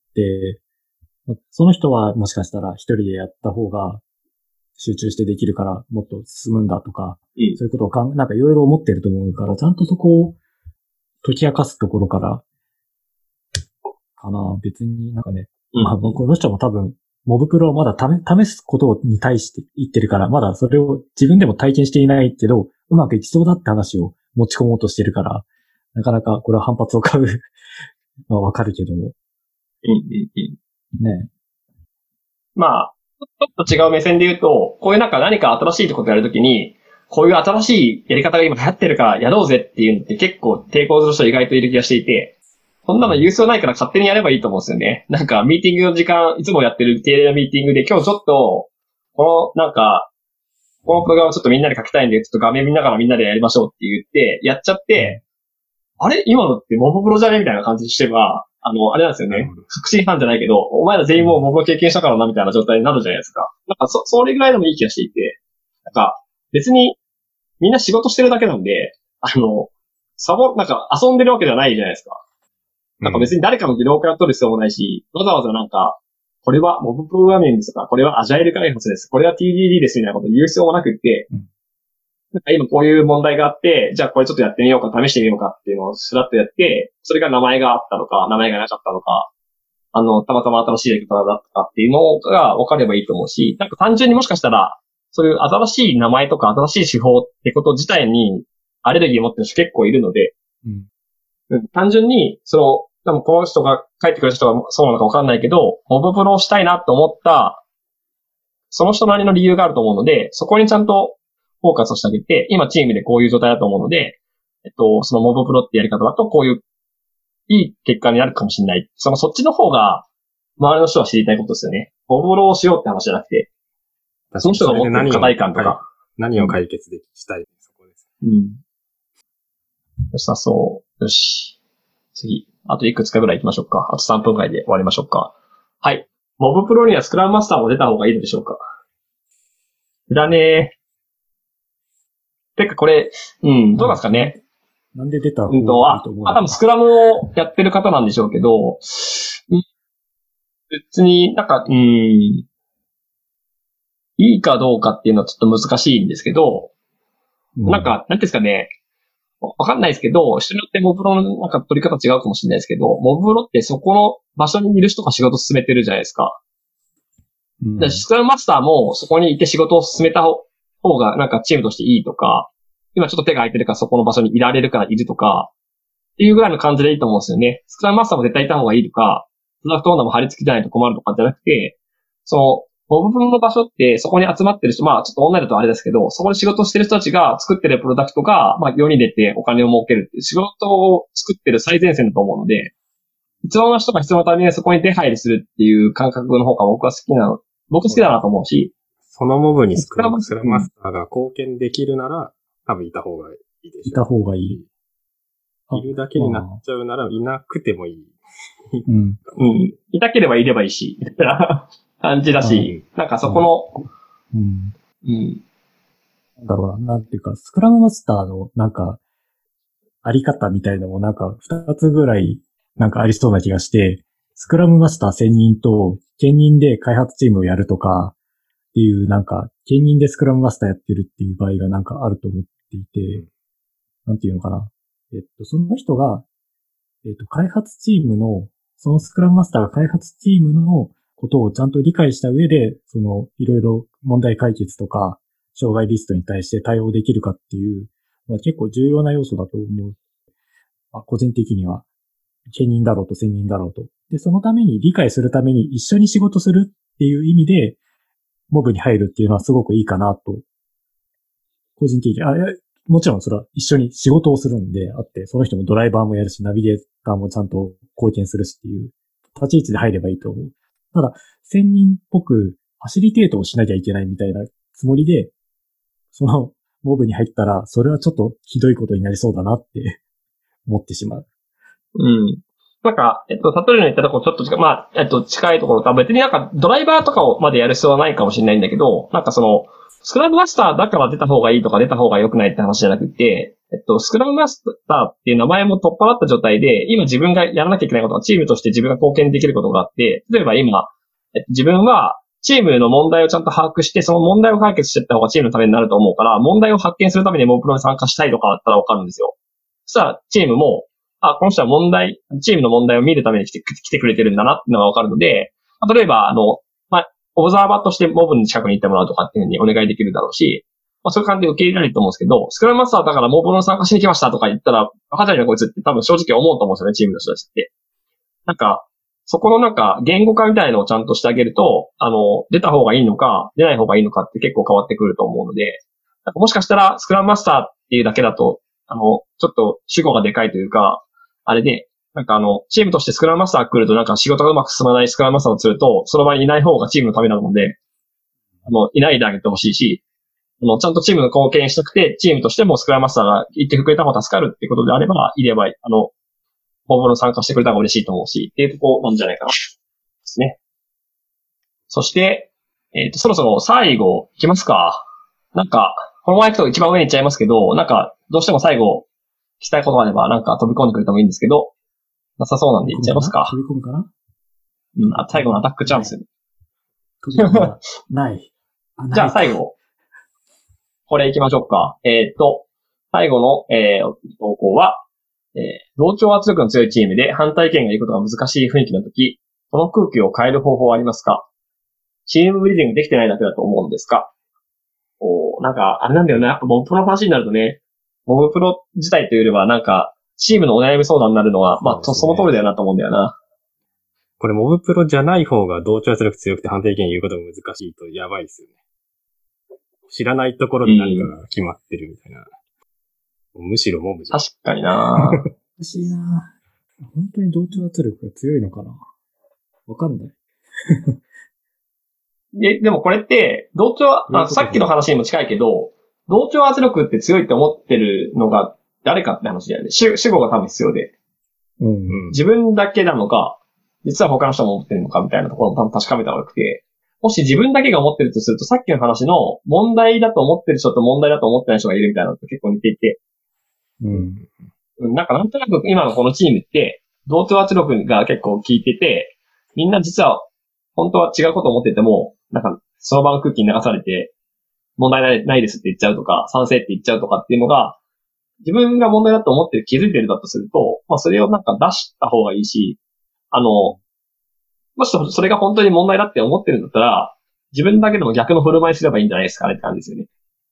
その人はもしかしたら一人でやった方が集中してできるからもっと進むんだとか、そういうことをなんかいろいろ思ってると思うから、ちゃんとそこを解き明かすところから、かな。別になんかね、この人も多分、モブプロはまだ試すことに対して言ってるから、まだそれを自分でも体験していないけど、うまくいきそうだって話を持ち込もうとしてるから、なかなかこれは反発を買うまあわかるけども。ね。 まあ、ちょっと違う目線で言うと、こういうなんか何か新しいことやるときに、こういう新しいやり方が今流行ってるからやろうぜっていうのって結構抵抗する人意外といる気がしていて、そんなの言う必要ないから勝手にやればいいと思うんですよね。なんかミーティングの時間、いつもやってる定例のミーティングで今日ちょっと、このプログラムちょっとみんなで書きたいんで、ちょっと画面見ながらみんなでやりましょうって言って、やっちゃって、あれ今のってモブプロじゃねみたいな感じにしては、あれなんですよね。確信犯じゃないけど、お前ら全員もうモブ経験したからなみたいな状態になるじゃないですか。なんかそれぐらいでもいい気がしていて、なんか別にみんな仕事してるだけなんで、なんか遊んでるわけじゃないじゃないですか。なんか別に誰かの了解を取る必要もないし、わざわざなんか、これはモブプログラミングですとか、これはアジャイル開発です、これは TDD ですみたいなことを言う必要もなくって、なんか今こういう問題があって、じゃあこれちょっとやってみようか、試してみようかっていうのをスラッとやって、それが名前があったとか、名前がなかったとか、たまたま新しいやり方だったかっていうのが分かればいいと思うし、なんか単純にもしかしたら、そういう新しい名前とか新しい手法ってこと自体にアレルギーを持ってる人結構いるので、単純に、多分この人が書いてくれた人がそうなのか分かんないけど、モブプロをしたいなと思った、その人なりの理由があると思うので、そこにちゃんとフォーカスをしてあげて、今チームでこういう状態だと思うので、そのモブプロってやり方だとこういういい結果になるかもしれない。そっちの方が、周りの人は知りたいことですよね。モブプロをしようって話じゃなくて、その人が持ってる課題感とか。 何を解決でしたい、そこです。 よさそう。よし。次。あといくつかぐらい行きましょうか。あと3分ぐらいで終わりましょうか。はい。モブプロにはスクラムマスターも出た方がいいのでしょうか。だねー。てかこれ、どうなんですかね。 なんで出た方がいいと思うのか。 多分スクラムをやってる方なんでしょうけど、別になんか、いいかどうかっていうのはちょっと難しいんですけど、なんか、なんていうんですかね、わかんないですけど、人によってモブロのなんか取り方違うかもしれないですけど、モブロってそこの場所にいる人が仕事を進めてるじゃないですか。でスクラムマスターもそこにいて仕事を進めた方がなんかチームとしていいとか、今ちょっと手が空いてるからそこの場所にいられるからいるとか、っていうぐらいの感じでいいと思うんですよね。スクラムマスターも絶対いた方がいいとか、ドラフトオーナーも張り付きじゃないと困るとかじゃなくて、その、モブプロの場所ってそこに集まってる人、まあちょっとオンラインだとあれですけど、そこで仕事をしてる人たちが作ってるプロダクトが、まあ世に出てお金を儲けるっていう仕事を作ってる最前線だと思うので、必要な人が必要なためにそこに出入りするっていう感覚の方が僕好きだなと思うし、 そのモブにスクラムマスターが貢献できるなら、多分いた方がいいでしょ。 いた方がいい。 いるだけになっちゃうなら、いなくてもいい。 いたければいればいいし、みたいな感じだし、なんかそこの、 なんだろうな、なんていうか、スクラムマスターのなんか、あり方みたいなのもなんか、二つぐらいなんかありそうな気がして、スクラムマスター専任と、兼任で開発チームをやるとか、っていうなんか、兼任でスクラムマスターやってるっていう場合がなんかあると思っていて、なんていうのかな。その人が、開発チームの、そのスクラムマスターが開発チームのことをちゃんと理解した上で、その、いろいろ問題解決とか、障害リストに対して対応できるかっていう、まあ、結構重要な要素だと思う。個人的には。兼任だろうと専任だろうと。で、そのために理解するために一緒に仕事するっていう意味で、モブに入るっていうのはすごくいいかなと。個人的に。もちろんそれは一緒に仕事をするんであって、その人もドライバーもやるし、ナビゲーターもちゃんと貢献するしっていう立ち位置で入ればいいと思う。ただ、専任っぽくファシリテートをしなきゃいけないみたいなつもりで、そのモブに入ったら、それはちょっとひどいことになりそうだなって思ってしまう。 なんか、例えば言ったところちょっと近い、まあ、近いところとは別になんかドライバーとかをまでやる必要はないかもしれないんだけど、なんかその、スクラムマスターだから出た方がいいとか出た方が良くないって話じゃなくて、スクラムマスターっていう名前も取っ払った状態で、今自分がやらなきゃいけないことがチームとして自分が貢献できることがあって、例えば今、自分はチームの問題をちゃんと把握して、その問題を解決していった方がチームのためになると思うから、問題を発見するためにモブプロに参加したいとかだったらわかるんですよ。そしたらチームも、この人はチームの問題を見るために来てくれてるんだなっていうのがわかるので、例えば、オブザーバーとしてモブの近くに行ってもらうとかっていうふうにお願いできるだろうし、そういう感じで受け入れられると思うんですけど、スクラムマスターだからモブの参加しに来ましたとか言ったら、バカじゃねえなこいつって多分正直思うと思うんですよね、チームの人たちって。なんか、そこのなんか言語化みたいなのをちゃんとしてあげると、出た方がいいのか、出ない方がいいのかって結構変わってくると思うので、なんかもしかしたらスクラムマスターっていうだけだと、ちょっと主語がでかいというか、あれで、なんかチームとしてスクラムマスター来るとなんか仕事がうまく進まないスクラムマスターをすると、その場にいない方がチームのためなので、いないであげてほしいし、ちゃんとチームの貢献したくて、チームとしてもスクラムマスターが言ってくれた方が助かるっていうことであれば、いれば、モブの参加してくれた方が嬉しいと思うし、っていうところなんじゃないかな。ですね。そして、そろそろ最後、いきますか。なんか、このまま行くと一番上に行っちゃいますけど、なんか、どうしても最後、聞きたいことがあれば、なんか飛び込んでくれてもいいんですけど、なさそうなんで行っちゃいますか。 飛び込むかな？ 最後のアタックチャンス。 飛び込むかない。 じゃあ最後、これ行きましょうか。最後の、投稿は、同調圧力の強いチームで反対意見が言うことが難しい雰囲気の時、この空気を変える方法はありますか？チームビルディングできてないだけだと思うんですか？なんか、あれなんだよね。やっぱモブプロの話になるとね、モブプロ自体というよりはなんか、チームのお悩み相談になるのは、その通りだよなと思うんだよな。 これモブプロじゃない方が同調圧力強くて反対意見言うことが難しいとやばいですよね。知らないところで何かが決まってるみたいな。むしろモブじゃん。 確かにな難しいな。本当に同調圧力が強いのかな？わかんない。 でもこれって、さっきの話にも近いけど、同調圧力って強いって思ってるのが誰かって話だよね。主語が多分必要で。自分だけなのか、実は他の人も思ってるのかみたいなところも多分確かめた方がよくて、もし自分だけが思ってるとすると、さっきの話の問題だと思ってる人と問題だと思ってない人がいるみたいなのと結構似ていて、 なんかなんとなく今のこのチームって、同調圧力が結構効いてて、みんな実は本当は違うことを思ってても、なんかその場の空気に流されて、問題ないですって言っちゃうとか、賛成って言っちゃうとかっていうのが、自分が問題だと思って気づいてるんだとすると、まあそれをなんか出した方がいいし、もしそれが本当に問題だって思ってるんだったら、自分だけでも逆の振る舞いすればいいんじゃないですかねって感じですよね。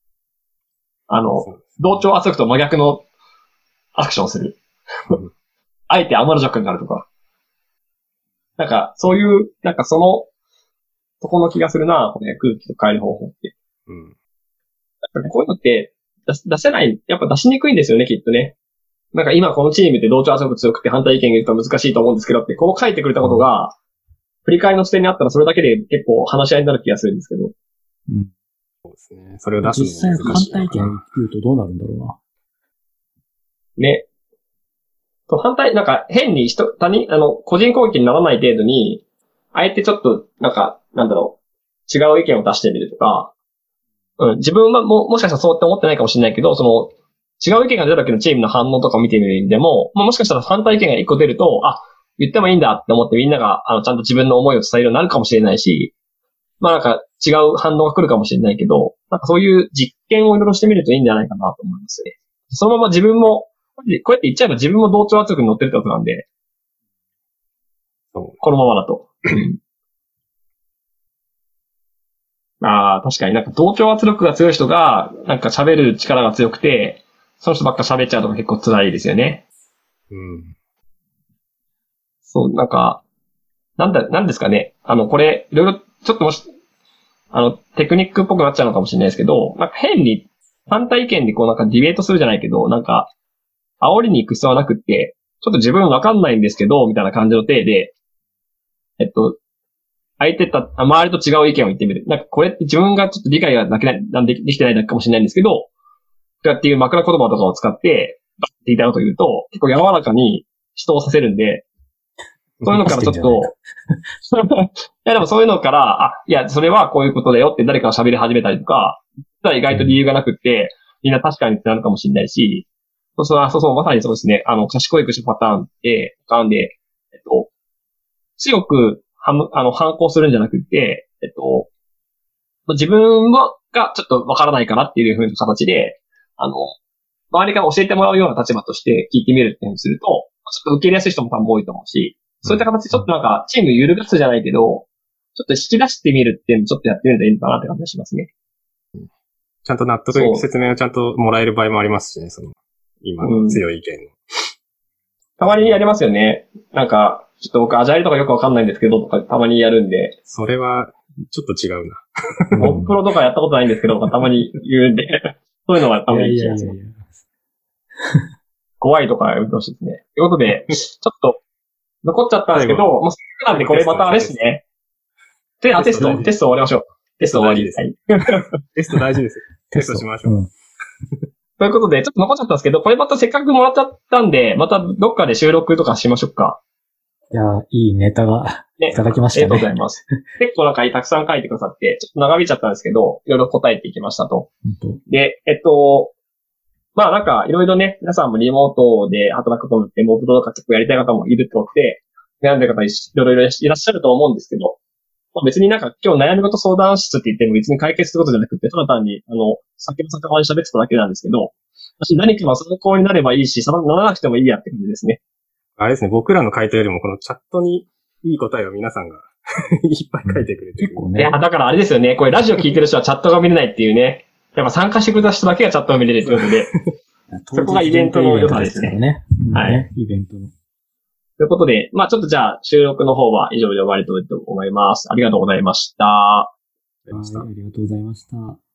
同調圧力と真逆のアクションをする。あえてアマルジャックになるとか。なんか、そういう、なんかその、そこの気がするな、これ空気と変える方法って。 うん。 こういうのって出せない、やっぱ出しにくいんですよね、きっとね。なんか今このチームって同調圧力強くて反対意見が言うと難しいと思うんですけどって、この書いてくれたことが、振り返りの視点にあったらそれだけで結構話し合いになる気がするんですけど。 うん。 そうですね。それを出す実際のも難しい。 反対意見言うとどうなるんだろうな。 ね。反対、なんか変に個人攻撃にならない程度に、あえてちょっと、なんか、なんだろう、違う意見を出してみるとか、うん、自分はもしかしたらそうって思ってないかもしれないけど、違う意見が出た時のチームの反応とかを見てみるんでも、もしかしたら反対意見が一個出ると、言ってもいいんだって思ってみんなが、ちゃんと自分の思いを伝えるようになるかもしれないし、まあなんか違う反応が来るかもしれないけど、なんかそういう実験をいろいろしてみるといいんじゃないかなと思いますね。そのまま自分も、こうやって言っちゃえば自分も同調圧力に乗ってるってことなんで、このままだと。確かになんか同調圧力が強い人が、なんか喋る力が強くて、その人ばっか喋っちゃうとか結構辛いですよね。 うん。 そう、なんか、なんですかね。これ、いろいろ、ちょっともし、テクニックっぽくなっちゃうのかもしれないですけど、なんか変に、反対意見でこうなんかディベートするじゃないけど、なんか、煽りに行く必要はなくって、ちょっと自分わかんないんですけど、みたいな感じの体で、周りと違う意見を言ってみる。なんかこれって自分がちょっと理解ができてないだけかもしれないんですけど、っていう枕言葉とかを使って、言いたいことを言うと、結構柔らかに人をさせるんで、そういうのからちょっと、いやでもそういうのから、いや、それはこういうことだよって誰かが喋り始めたりとか、意外と理由がなくって、みんな確かにってなるかもしれないし、まさにそうですね。賢い口パターンで、強く、反抗するんじゃなくて、自分がちょっとわからないからっていう風な形で、周りから教えてもらうような立場として聞いてみるっていうふうにすると、ちょっと受け入れやすい人も多分多いと思うし、そういった形でちょっとなんか、チーム揺るがすじゃないけど、ちょっと引き出してみるっていうのをちょっとやってみるといいのかなって感じがしますね。 ちゃんと納得いく説明をちゃんともらえる場合もありますしね、今の強い意見を。 たまにやりますよね。なんか、ちょっと僕アジャイルとかよくわかんないんですけど、とかたまにやるんで。 それは、ちょっと違うな。 僕プロとかやったことないんですけど、たまに言うんで、そういうのは多分いい気がします。怖いとかやめてほしいですね。ということで、ちょっと、残っちゃったんですけど、もうせっかくなんでこれまたあれですね。テスト終わりましょう。テスト終わりです。はい。 テスト大事です。テストしましょう。 ということで、ちょっと残っちゃったんですけど、これまたせっかくもらっちゃったんで、またどっかで収録とかしましょうか。 いや、いいネタがいただきましたね。 ありがとうございます。結構なんかたくさん書いてくださって、ちょっと長引いちゃったんですけど、いろいろ答えていきましたと。で、まあなんかいろいろね、皆さんもリモートで働くことってモブとか結構やりたい方もいるってことで、悩んでる方いろいろいらっしゃると思うんですけど、まあ、別になんか今日悩み事相談室って言っても別に解決することじゃなくて、ただ単に、先の先まで喋ってただけなんですけど、何か参考になればいいし、ならなくてもいいやって感じですね。 あれですね、僕らの回答よりもこのチャットにいい答えを皆さんがいっぱい書いてくれてる。 結構ね。 いや、だからあれですよね、これラジオ聞いてる人はチャットが見れないっていうね。やっぱ参加してくれた人だけがチャットが見れるってことで、そこがイベントの良さですね。 はい。イベントの。 ということで、まあちょっとじゃあ収録の方は以上で終わりたいと思います。ありがとうございました。 ありがとうございました。